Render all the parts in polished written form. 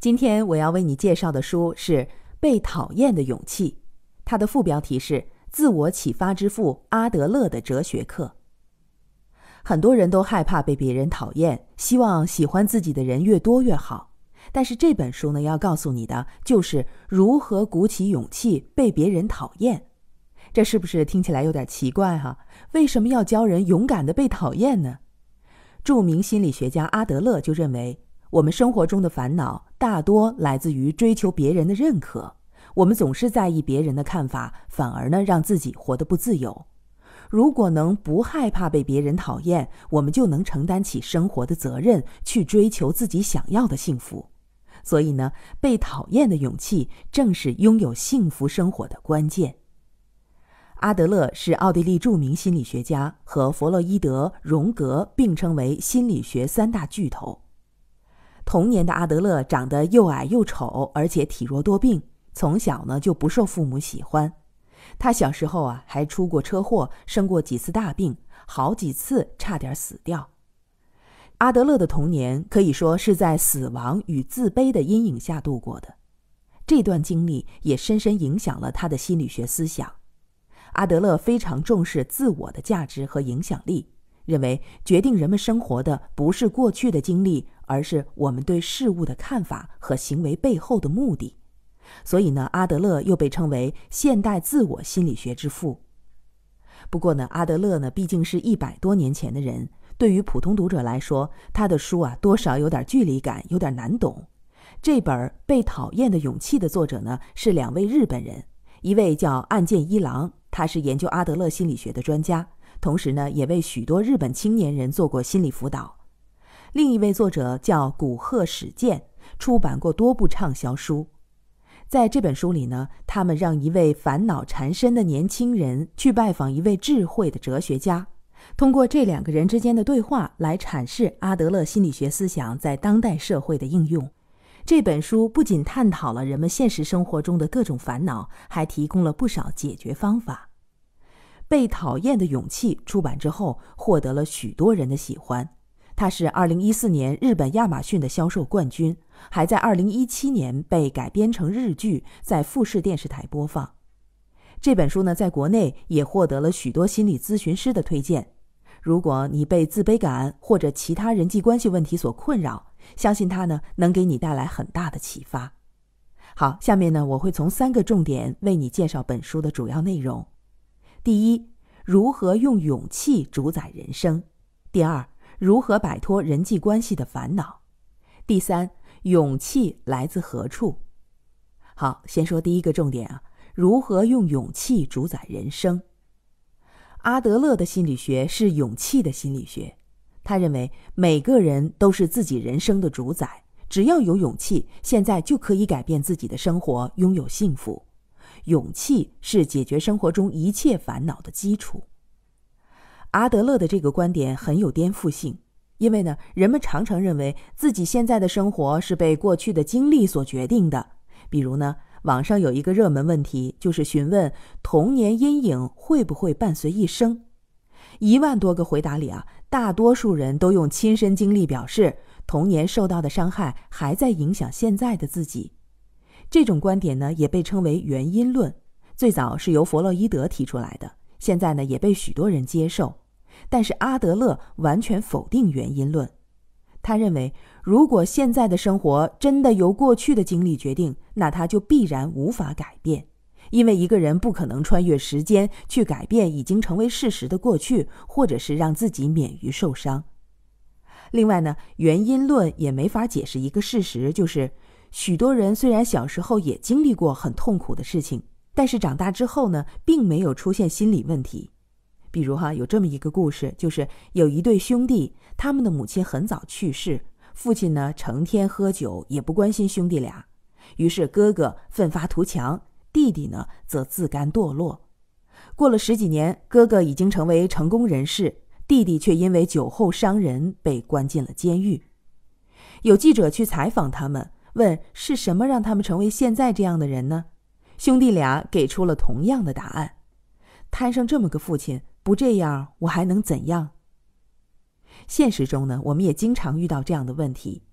今天我要为你介绍的书是《被讨厌的勇气》，它的副标题是自我启发之父阿德勒的哲学课。很多人都害怕被别人讨厌，希望喜欢自己的人越多越好。但是这本书呢，要告诉你的就是如何鼓起勇气被别人讨厌。这是不是听起来有点奇怪哈？为什么要教人勇敢地被讨厌呢？著名心理学家阿德勒就认为，我们生活中的烦恼大多来自于追求别人的认可，我们总是在意别人的看法，反而呢让自己活得不自由。如果能不害怕被别人讨厌，我们就能承担起生活的责任，去追求自己想要的幸福。所以呢，被讨厌的勇气正是拥有幸福生活的关键。阿德勒是奥地利著名心理学家，和弗洛伊德、荣格并称为心理学三大巨头。童年的阿德勒长得又矮又丑，而且体弱多病，从小呢就不受父母喜欢。他小时候还出过车祸，生过几次大病，好几次差点死掉。阿德勒的童年可以说是在死亡与自卑的阴影下度过的，这段经历也深深影响了他的心理学思想。阿德勒非常重视自我的价值和影响力，认为决定人们生活的不是过去的经历，而是我们对事物的看法和行为背后的目的。所以呢，阿德勒又被称为现代自我心理学之父。不过呢，阿德勒呢毕竟是100多年前的人，对于普通读者来说，他的书多少有点距离感，有点难懂。这本《被讨厌的勇气》的作者呢是2位日本人，一位叫岸见一郎，他是研究阿德勒心理学的专家，同时呢也为许多日本青年人做过心理辅导。另一位作者叫古贺史健，出版过多部畅销书。在这本书里呢，他们让一位烦恼缠身的年轻人去拜访一位智慧的哲学家，通过这2个人之间的对话来阐释阿德勒心理学思想在当代社会的应用。这本书不仅探讨了人们现实生活中的各种烦恼，还提供了不少解决方法。被讨厌的勇气出版之后，获得了许多人的喜欢。它是2014年日本亚马逊的销售冠军，还在2017年被改编成日剧，在富士电视台播放。这本书呢，在国内也获得了许多心理咨询师的推荐。如果你被自卑感或者其他人际关系问题所困扰，相信它呢能给你带来很大的启发。好，下面呢我会从3个重点为你介绍本书的主要内容。第一，如何用勇气主宰人生。第二，如何摆脱人际关系的烦恼。第三，勇气来自何处。好，先说第一个重点如何用勇气主宰人生。阿德勒的心理学是勇气的心理学，他认为每个人都是自己人生的主宰，只要有勇气，现在就可以改变自己的生活，拥有幸福。勇气是解决生活中一切烦恼的基础。阿德勒的这个观点很有颠覆性，因为呢，人们常常认为自己现在的生活是被过去的经历所决定的。比如呢，网上有一个热门问题，就是询问童年阴影会不会伴随一生。1万多个回答里大多数人都用亲身经历表示，童年受到的伤害还在影响现在的自己。这种观点呢，也被称为原因论，最早是由弗洛伊德提出来的，现在呢也被许多人接受。但是阿德勒完全否定原因论。他认为，如果现在的生活真的由过去的经历决定，那它就必然无法改变，因为一个人不可能穿越时间去改变已经成为事实的过去，或者是让自己免于受伤。另外呢，原因论也没法解释一个事实，就是许多人虽然小时候也经历过很痛苦的事情，但是长大之后呢，并没有出现心理问题。比如有这么一个故事，就是有一对兄弟，他们的母亲很早去世，父亲呢成天喝酒，也不关心兄弟俩。于是哥哥奋发图强，弟弟呢则自甘堕落。过了10几年，哥哥已经成为成功人士，弟弟却因为酒后伤人被关进了监狱。有记者去采访他们，问是什么让他们成为现在这样的人呢？兄弟俩给出了同样的答案：摊上这么个父亲，不这样我还能怎样？现实中呢，我们也经常遇到这样的问题。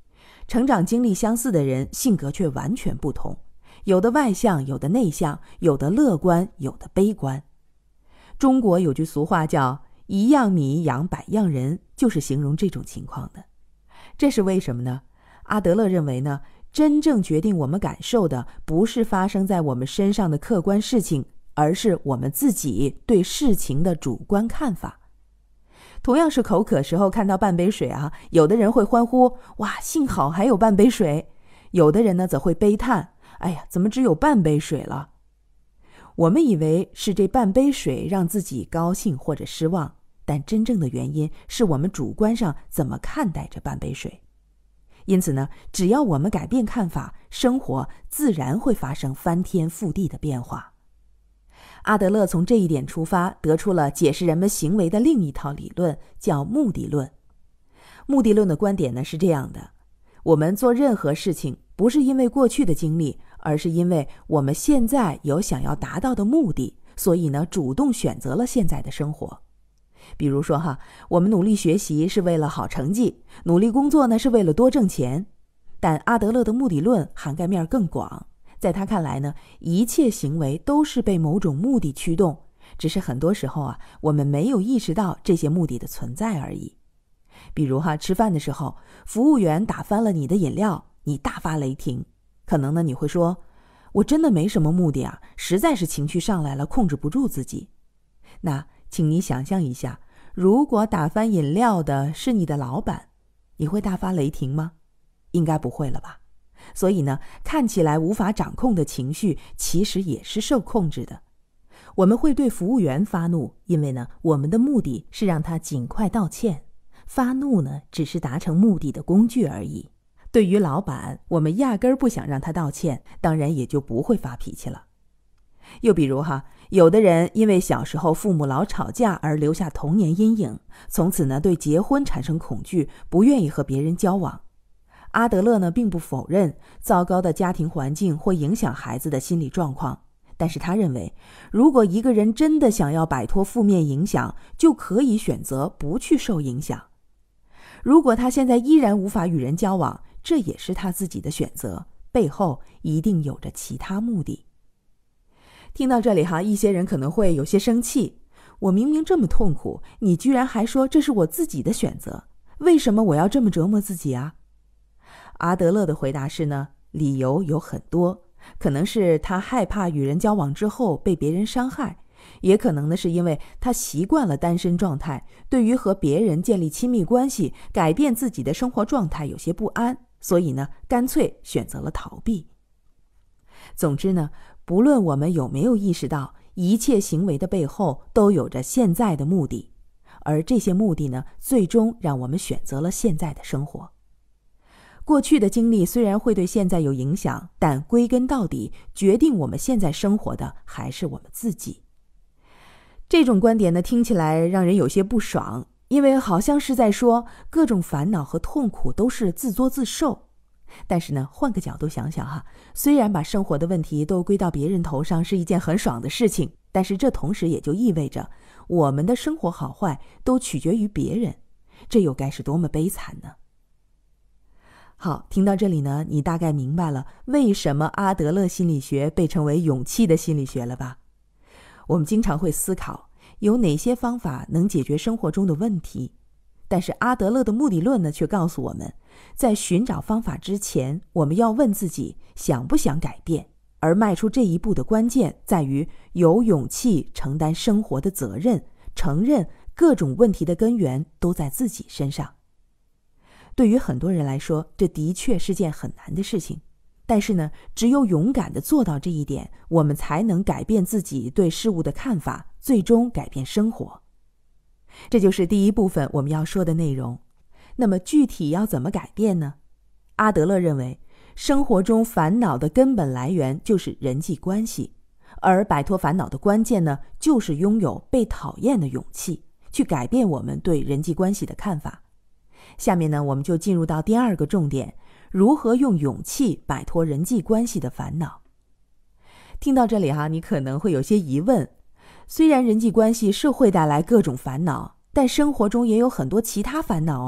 成长经历相似的人，性格却完全不同，有的外向，有的内向，有的乐观，有的悲观。中国有句俗话叫一样米养百样人，就是形容这种情况的。这是为什么呢？阿德勒认为呢，真正决定我们感受的不是发生在我们身上的客观事情，而是我们自己对事情的主观看法。同样是口渴时候看到半杯水啊，有的人会欢呼，哇，幸好还有半杯水。有的人呢则会悲叹，哎呀，怎么只有半杯水了？我们以为是这半杯水让自己高兴或者失望，但真正的原因是我们主观上怎么看待这半杯水。因此呢，只要我们改变看法，生活自然会发生翻天覆地的变化。阿德勒从这一点出发，得出了解释人们行为的另一套理论，叫目的论。目的论的观点呢是这样的：我们做任何事情，不是因为过去的经历，而是因为我们现在有想要达到的目的，所以呢，主动选择了现在的生活。比如说我们努力学习是为了好成绩，努力工作呢是为了多挣钱。但阿德勒的目的论涵盖面更广，在他看来呢，一切行为都是被某种目的驱动，只是很多时候我们没有意识到这些目的的存在而已。比如吃饭的时候，服务员打翻了你的饮料，你大发雷霆，可能呢你会说，我真的没什么目的啊，实在是情绪上来了，控制不住自己。那请你想象一下，如果打翻饮料的是你的老板，你会大发雷霆吗？应该不会了吧。所以呢，看起来无法掌控的情绪，其实也是受控制的。我们会对服务员发怒，因为呢，我们的目的是让他尽快道歉。发怒呢，只是达成目的的工具而已。对于老板，我们压根儿不想让他道歉，当然也就不会发脾气了。又比如有的人因为小时候父母老吵架而留下童年阴影，从此呢对结婚产生恐惧，不愿意和别人交往。阿德勒呢并不否认糟糕的家庭环境会影响孩子的心理状况，但是他认为，如果一个人真的想要摆脱负面影响，就可以选择不去受影响。如果他现在依然无法与人交往，这也是他自己的选择，背后一定有着其他目的。听到这里一些人可能会有些生气，我明明这么痛苦，你居然还说这是我自己的选择，为什么我要这么折磨自己啊？阿德勒的回答是呢，理由有很多，可能是他害怕与人交往之后被别人伤害，也可能呢是因为他习惯了单身状态，对于和别人建立亲密关系，改变自己的生活状态有些不安，所以呢，干脆选择了逃避。总之呢，不论我们有没有意识到，一切行为的背后都有着现在的目的，而这些目的呢，最终让我们选择了现在的生活。过去的经历虽然会对现在有影响，但归根到底，决定我们现在生活的还是我们自己。这种观点呢，听起来让人有些不爽，因为好像是在说各种烦恼和痛苦都是自作自受。但是呢，换个角度想想虽然把生活的问题都归到别人头上是一件很爽的事情，但是这同时也就意味着我们的生活好坏都取决于别人，这又该是多么悲惨呢？好，听到这里呢，你大概明白了为什么阿德勒心理学被称为勇气的心理学了吧？我们经常会思考，有哪些方法能解决生活中的问题？但是阿德勒的目的论呢，却告诉我们，在寻找方法之前，我们要问自己想不想改变，而迈出这一步的关键在于有勇气承担生活的责任，承认各种问题的根源都在自己身上。对于很多人来说，这的确是件很难的事情，但是呢，只有勇敢地做到这一点，我们才能改变自己对事物的看法，最终改变生活。这就是第一部分我们要说的内容。那么具体要怎么改变呢？阿德勒认为，生活中烦恼的根本来源就是人际关系，而摆脱烦恼的关键呢，就是拥有被讨厌的勇气，去改变我们对人际关系的看法。下面呢，我们就进入到第二个重点，如何用勇气摆脱人际关系的烦恼。听到这里你可能会有些疑问，虽然人际关系是会带来各种烦恼，但生活中也有很多其他烦恼啊。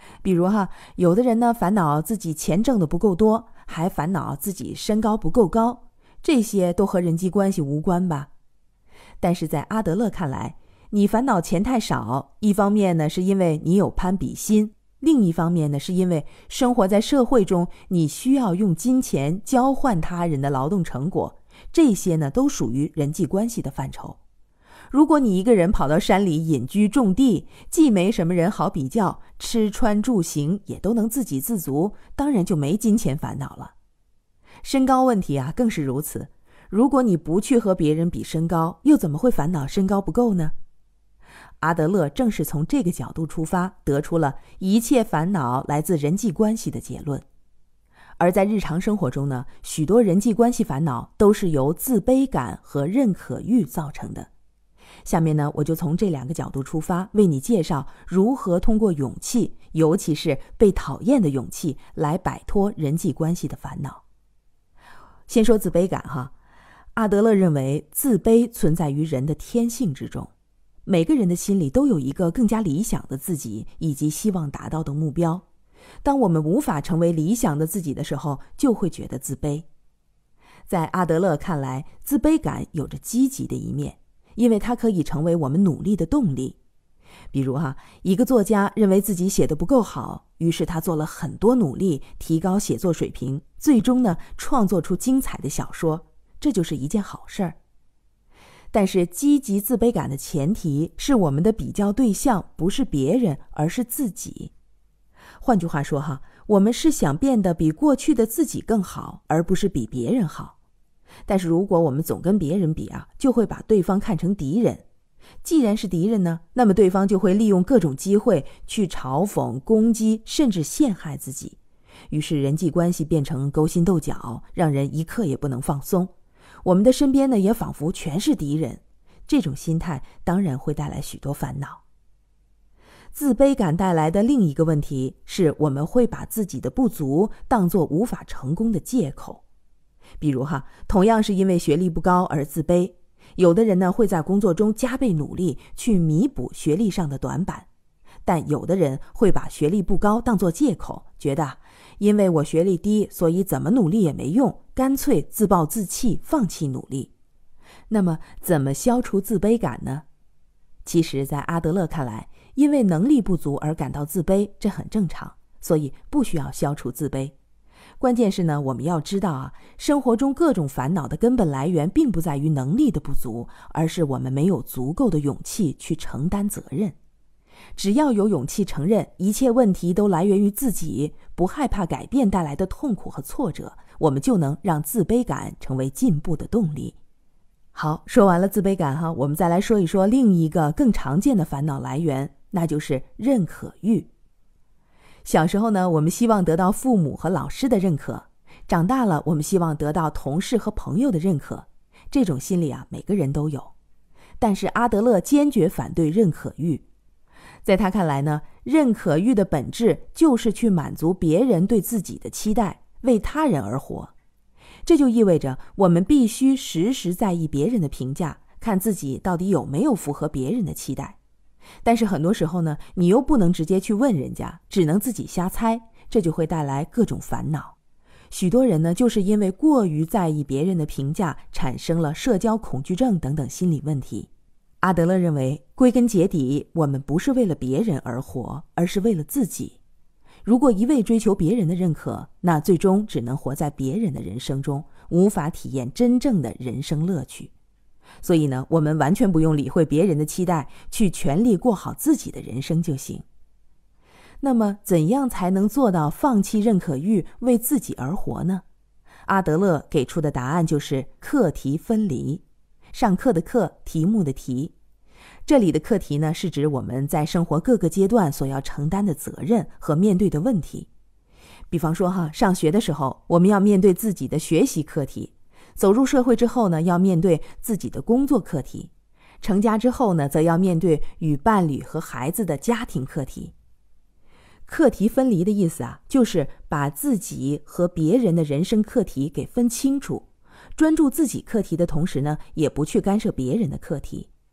比如有的人呢烦恼自己钱挣得不够多，还烦恼自己身高不够高，这些都和人际关系无关吧？但是在阿德勒看来，你烦恼钱太少，一方面呢是因为你有攀比心，另一方面呢是因为生活在社会中，你需要用金钱交换他人的劳动成果，这些呢都属于人际关系的范畴。如果你一个人跑到山里隐居种地，既没什么人好比较，吃穿住行也都能自给自足，当然就没金钱烦恼了。身高问题更是如此。如果你不去和别人比身高，又怎么会烦恼身高不够呢？阿德勒正是从这个角度出发，得出了一切烦恼来自人际关系的结论。而在日常生活中呢，许多人际关系烦恼都是由自卑感和认可欲造成的。下面呢，我就从这两个角度出发，为你介绍如何通过勇气，尤其是被讨厌的勇气，来摆脱人际关系的烦恼。先说自卑感阿德勒认为自卑存在于人的天性之中，每个人的心里都有一个更加理想的自己以及希望达到的目标。当我们无法成为理想的自己的时候，就会觉得自卑。在阿德勒看来，自卑感有着积极的一面，因为它可以成为我们努力的动力。比如一个作家认为自己写得不够好，于是他做了很多努力提高写作水平，最终呢创作出精彩的小说，这就是一件好事儿。但是积极自卑感的前提是我们的比较对象不是别人，而是自己。换句话说我们是想变得比过去的自己更好，而不是比别人好。但是如果我们总跟别人比就会把对方看成敌人。既然是敌人呢，那么对方就会利用各种机会去嘲讽、攻击，甚至陷害自己。于是人际关系变成勾心斗角，让人一刻也不能放松。我们的身边呢，也仿佛全是敌人。这种心态当然会带来许多烦恼。自卑感带来的另一个问题是，我们会把自己的不足当作无法成功的借口。比如同样是因为学历不高而自卑，有的人呢会在工作中加倍努力去弥补学历上的短板，但有的人会把学历不高当作借口，觉得因为我学历低，所以怎么努力也没用，干脆自暴自弃，放弃努力。那么怎么消除自卑感呢？其实在阿德勒看来，因为能力不足而感到自卑，这很正常，所以不需要消除自卑。关键是呢，我们要知道生活中各种烦恼的根本来源并不在于能力的不足，而是我们没有足够的勇气去承担责任。只要有勇气承认一切问题都来源于自己，不害怕改变带来的痛苦和挫折，我们就能让自卑感成为进步的动力。好，说完了自卑感我们再来说一说另一个更常见的烦恼来源，那就是认可欲。小时候呢，我们希望得到父母和老师的认可，长大了我们希望得到同事和朋友的认可，这种心理每个人都有。但是阿德勒坚决反对认可欲。在他看来呢，认可欲的本质就是去满足别人对自己的期待，为他人而活。这就意味着我们必须时时在意别人的评价，看自己到底有没有符合别人的期待。但是很多时候呢，你又不能直接去问人家，只能自己瞎猜，这就会带来各种烦恼。许多人呢，就是因为过于在意别人的评价，产生了社交恐惧症等等心理问题。阿德勒认为，归根结底，我们不是为了别人而活，而是为了自己。如果一味追求别人的认可，那最终只能活在别人的人生中，无法体验真正的人生乐趣。所以呢，我们完全不用理会别人的期待，去全力过好自己的人生就行。那么，怎样才能做到放弃认可欲，为自己而活呢？阿德勒给出的答案就是课题分离。上课的课，题目的题。这里的课题呢，是指我们在生活各个阶段所要承担的责任和面对的问题。比方说上学的时候，我们要面对自己的学习课题；走入社会之后呢，要面对自己的工作课题；成家之后呢，则要面对与伴侣和孩子的家庭课题。课题分离的意思就是把自己和别人的人生课题给分清楚，专注自己课题的同时呢，也不去干涉别人的课题。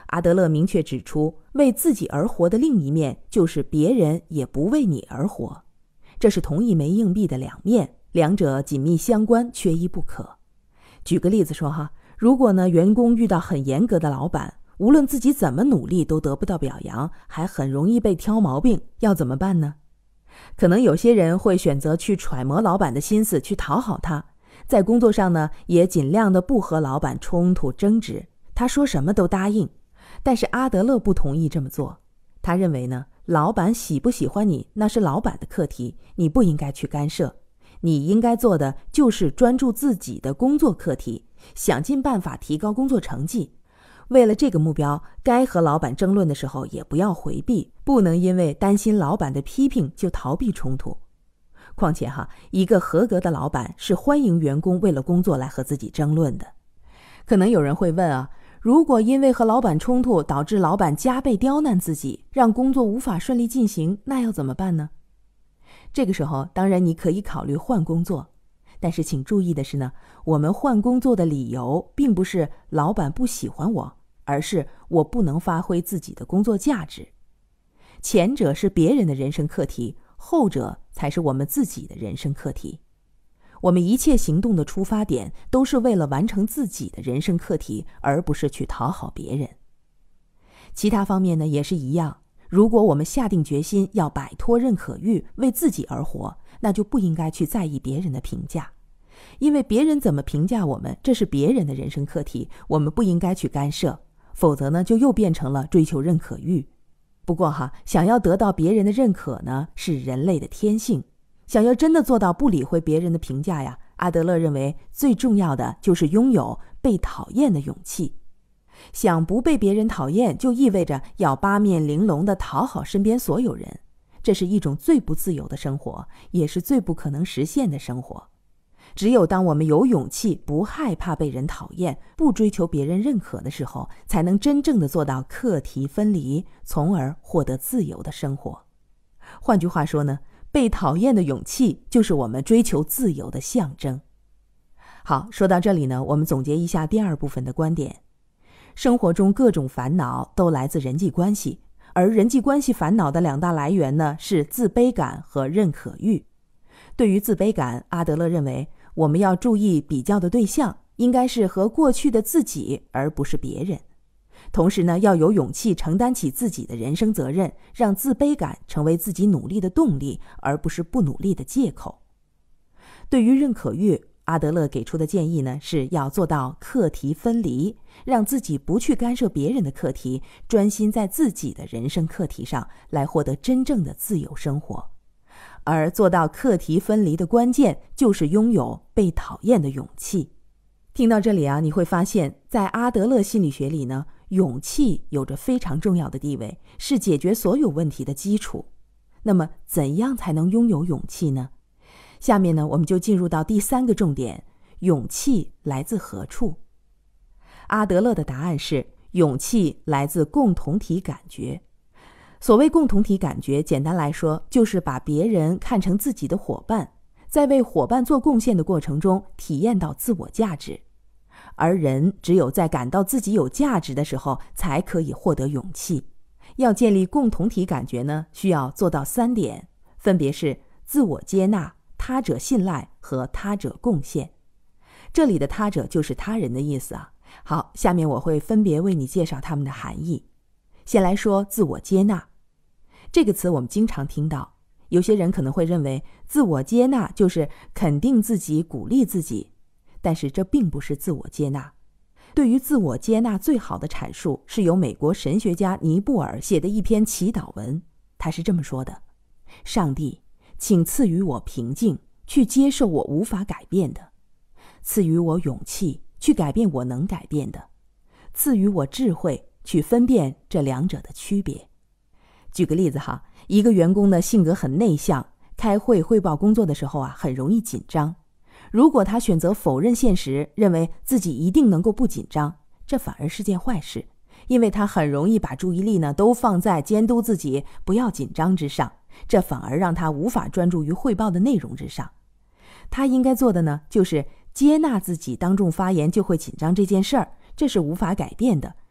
阿德勒明确指出，为自己而活的另一面就是别人也不为你而活，这是同一枚硬币的两面，两者紧密相关，缺一不可。举个例子说哈，如果呢员工遇到很严格的老板，无论自己怎么努力都得不到表扬，还很容易被挑毛病，要怎么办呢？可能有些人会选择去揣摩老板的心思，去讨好他，在工作上呢也尽量的不和老板冲突争执，他说什么都答应。但是阿德勒不同意这么做，他认为呢，老板喜不喜欢你那是老板的课题，你不应该去干涉，你应该做的就是专注自己的工作课题，想尽办法提高工作成绩。为了这个目标，该和老板争论的时候也不要回避，不能因为担心老板的批评就逃避冲突。况且一个合格的老板是欢迎员工为了工作来和自己争论的。可能有人会问如果因为和老板冲突导致老板加倍刁难自己，让工作无法顺利进行，那要怎么办呢？这个时候当然你可以考虑换工作，但是请注意的是呢，我们换工作的理由并不是老板不喜欢我，而是我不能发挥自己的工作价值。前者是别人的人生课题，后者才是我们自己的人生课题。我们一切行动的出发点都是为了完成自己的人生课题，而不是去讨好别人。其他方面呢也是一样，如果我们下定决心要摆脱认可欲，为自己而活，那就不应该去在意别人的评价，因为别人怎么评价我们，这是别人的人生课题，我们不应该去干涉，否则呢就又变成了追求认可欲。不过想要得到别人的认可呢，是人类的天性。想要真的做到不理会别人的评价呀，阿德勒认为最重要的就是拥有被讨厌的勇气。想不被别人讨厌，就意味着要八面玲珑地讨好身边所有人，这是一种最不自由的生活，也是最不可能实现的生活。只有当我们有勇气，不害怕被人讨厌，不追求别人认可的时候，才能真正地做到课题分离，从而获得自由的生活。换句话说呢，被讨厌的勇气就是我们追求自由的象征。好，说到这里呢，我们总结一下第二部分的观点。生活中各种烦恼都来自人际关系，而人际关系烦恼的两大来源呢，是自卑感和认可欲。对于自卑感，阿德勒认为我们要注意比较的对象应该是和过去的自己，而不是别人。同时呢，要有勇气承担起自己的人生责任，让自卑感成为自己努力的动力，而不是不努力的借口。对于认可欲，阿德勒给出的建议呢，是要做到课题分离，让自己不去干涉别人的课题，专心在自己的人生课题上，来获得真正的自由生活。而做到课题分离的关键，就是拥有被讨厌的勇气。听到这里你会发现，在阿德勒心理学里呢，勇气有着非常重要的地位，是解决所有问题的基础。那么怎样才能拥有勇气呢？下面呢，我们就进入到第三个重点，勇气来自何处？阿德勒的答案是，勇气来自共同体感觉。所谓共同体感觉，简单来说，就是把别人看成自己的伙伴，在为伙伴做贡献的过程中，体验到自我价值。而人只有在感到自己有价值的时候，才可以获得勇气。要建立共同体感觉呢，需要做到3点，分别是自我接纳、他者信赖和他者贡献。这里的他者就是他人的意思好，下面我会分别为你介绍他们的含义。先来说自我接纳。这个词我们经常听到，有些人可能会认为自我接纳就是肯定自己、鼓励自己，但是这并不是自我接纳。对于自我接纳最好的阐述是由美国神学家尼布尔写的一篇祈祷文，他是这么说的：上帝，请赐予我平静，去接受我无法改变的；赐予我勇气，去改变我能改变的；赐予我智慧，去分辨这两者的区别。举个例子一个员工的性格很内向，开会汇报工作的时候很容易紧张。如果他选择否认现实，认为自己一定能够不紧张，这反而是件坏事，因为他很容易把注意力呢都放在监督自己不要紧张之上，这反而让他无法专注于汇报的内容之上。他应该做的呢，就是接纳自己当众发言就会紧张这件事儿，这是无法改变的，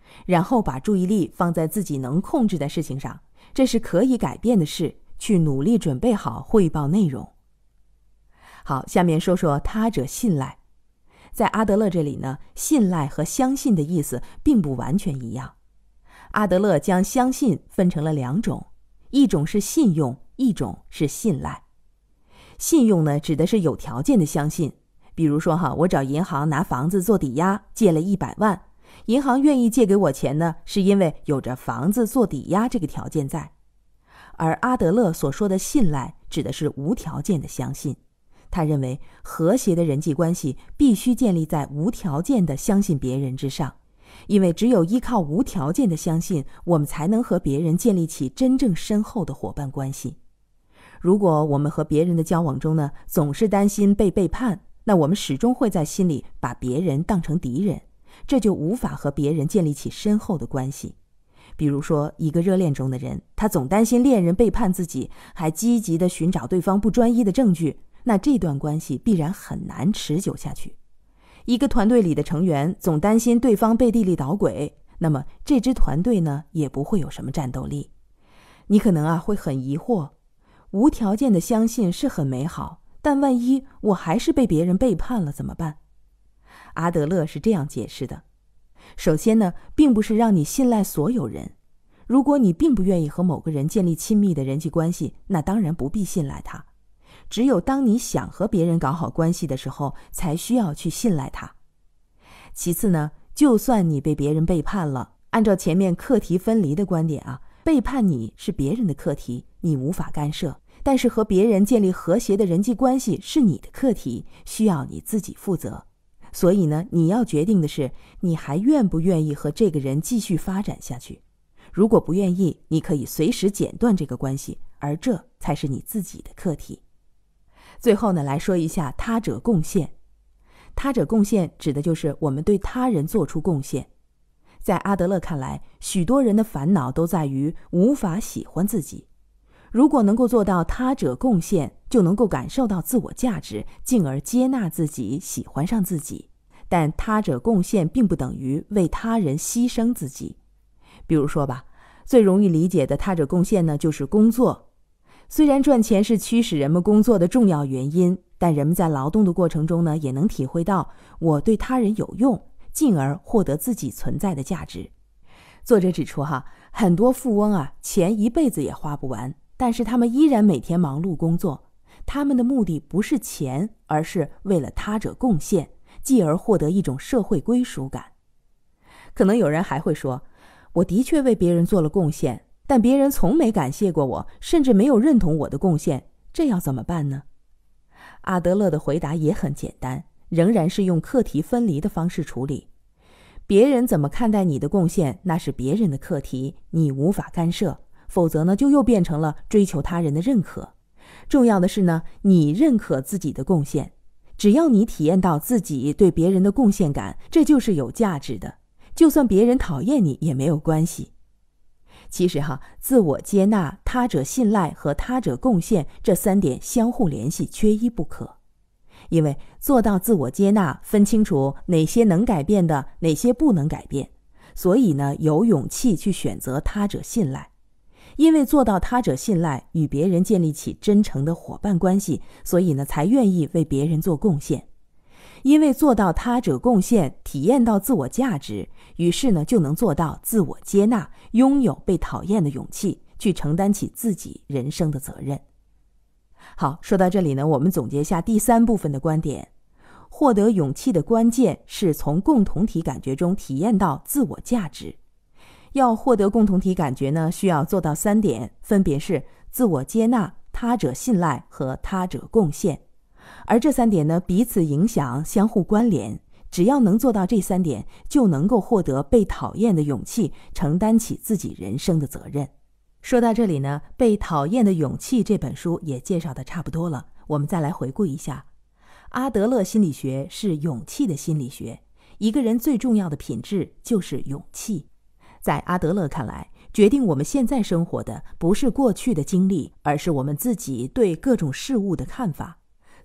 然后把注意力放在自己能控制的事情上，这是可以改变的事，去努力准备好汇报内容。好，下面说说他者信赖。在阿德勒这里呢，信赖和相信的意思并不完全一样。阿德勒将相信分成了2种，一种是信用，一种是信赖。信用呢，指的是有条件的相信，比如说我找银行拿房子做抵押，借了100万，银行愿意借给我钱呢，是因为有着房子做抵押这个条件在。而阿德勒所说的信赖，指的是无条件的相信。他认为和谐的人际关系必须建立在无条件的相信别人之上，因为只有依靠无条件的相信，我们才能和别人建立起真正深厚的伙伴关系。如果我们和别人的交往中呢，总是担心被背叛，那我们始终会在心里把别人当成敌人，这就无法和别人建立起深厚的关系。比如说，一个热恋中的人，他总担心恋人背叛自己，还积极地寻找对方不专一的证据，那这段关系必然很难持久下去。一个团队里的成员总担心对方背地里捣鬼，那么这支团队呢，也不会有什么战斗力。你可能会很疑惑，无条件的相信是很美好，但万一我还是被别人背叛了怎么办？阿德勒是这样解释的。首先呢，并不是让你信赖所有人。如果你并不愿意和某个人建立亲密的人际关系，那当然不必信赖他。只有当你想和别人搞好关系的时候，才需要去信赖他。其次呢，就算你被别人背叛了，按照前面课题分离的观点背叛你是别人的课题，你无法干涉，但是和别人建立和谐的人际关系是你的课题，需要你自己负责。所以呢，你要决定的是，你还愿不愿意和这个人继续发展下去。如果不愿意，你可以随时剪断这个关系，而这才是你自己的课题。最后呢，来说一下他者贡献。他者贡献指的就是我们对他人做出贡献。在阿德勒看来，许多人的烦恼都在于无法喜欢自己。如果能够做到他者贡献，就能够感受到自我价值，进而接纳自己，喜欢上自己。但他者贡献并不等于为他人牺牲自己。比如说吧，最容易理解的他者贡献呢，就是工作。虽然赚钱是驱使人们工作的重要原因，但人们在劳动的过程中呢，也能体会到我对他人有用，进而获得自己存在的价值。作者指出很多富翁钱一辈子也花不完，但是他们依然每天忙碌工作。他们的目的不是钱，而是为了他者贡献，继而获得一种社会归属感。可能有人还会说，我的确为别人做了贡献，但别人从没感谢过我，甚至没有认同我的贡献，这要怎么办呢？阿德勒的回答也很简单，仍然是用课题分离的方式处理。别人怎么看待你的贡献，那是别人的课题，你无法干涉，否则呢，就又变成了追求他人的认可。重要的是呢，你认可自己的贡献，只要你体验到自己对别人的贡献感，这就是有价值的，就算别人讨厌你也没有关系。其实自我接纳、他者信赖和他者贡献这3点相互联系，缺一不可。因为做到自我接纳，分清楚哪些能改变的，哪些不能改变，所以呢，有勇气去选择他者信赖。因为做到他者信赖，与别人建立起真诚的伙伴关系，所以呢，才愿意为别人做贡献。因为做到他者贡献，体验到自我价值，于是呢，就能做到自我接纳，拥有被讨厌的勇气，去承担起自己人生的责任。好，说到这里呢，我们总结下第3部分的观点。获得勇气的关键是从共同体感觉中体验到自我价值。要获得共同体感觉呢，需要做到3点，分别是自我接纳、他者信赖和他者贡献。而这3点呢，彼此影响，相互关联。只要能做到这3点，就能够获得被讨厌的勇气，承担起自己人生的责任。说到这里呢，《被讨厌的勇气》这本书也介绍的差不多了，我们再来回顾一下。阿德勒心理学是勇气的心理学，一个人最重要的品质就是勇气。在阿德勒看来，决定我们现在生活的不是过去的经历，而是我们自己对各种事物的看法。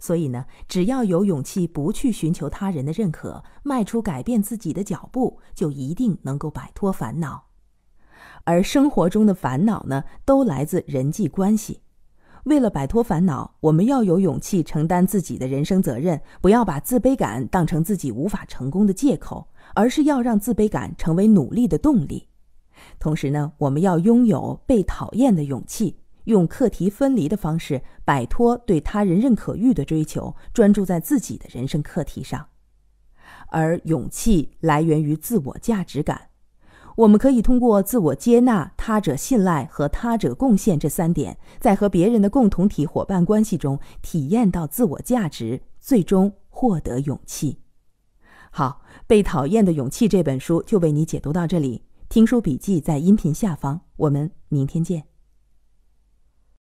所以呢，只要有勇气不去寻求他人的认可，迈出改变自己的脚步，就一定能够摆脱烦恼。而生活中的烦恼呢，都来自人际关系。为了摆脱烦恼，我们要有勇气承担自己的人生责任，不要把自卑感当成自己无法成功的借口，而是要让自卑感成为努力的动力。同时呢，我们要拥有被讨厌的勇气，用课题分离的方式摆脱对他人认可欲的追求，专注在自己的人生课题上。而勇气来源于自我价值感，我们可以通过自我接纳、他者信赖和他者贡献这3点，在和别人的共同体伙伴关系中体验到自我价值，最终获得勇气。好，被讨厌的勇气这本书就为你解读到这里，听书笔记在音频下方，我们明天见。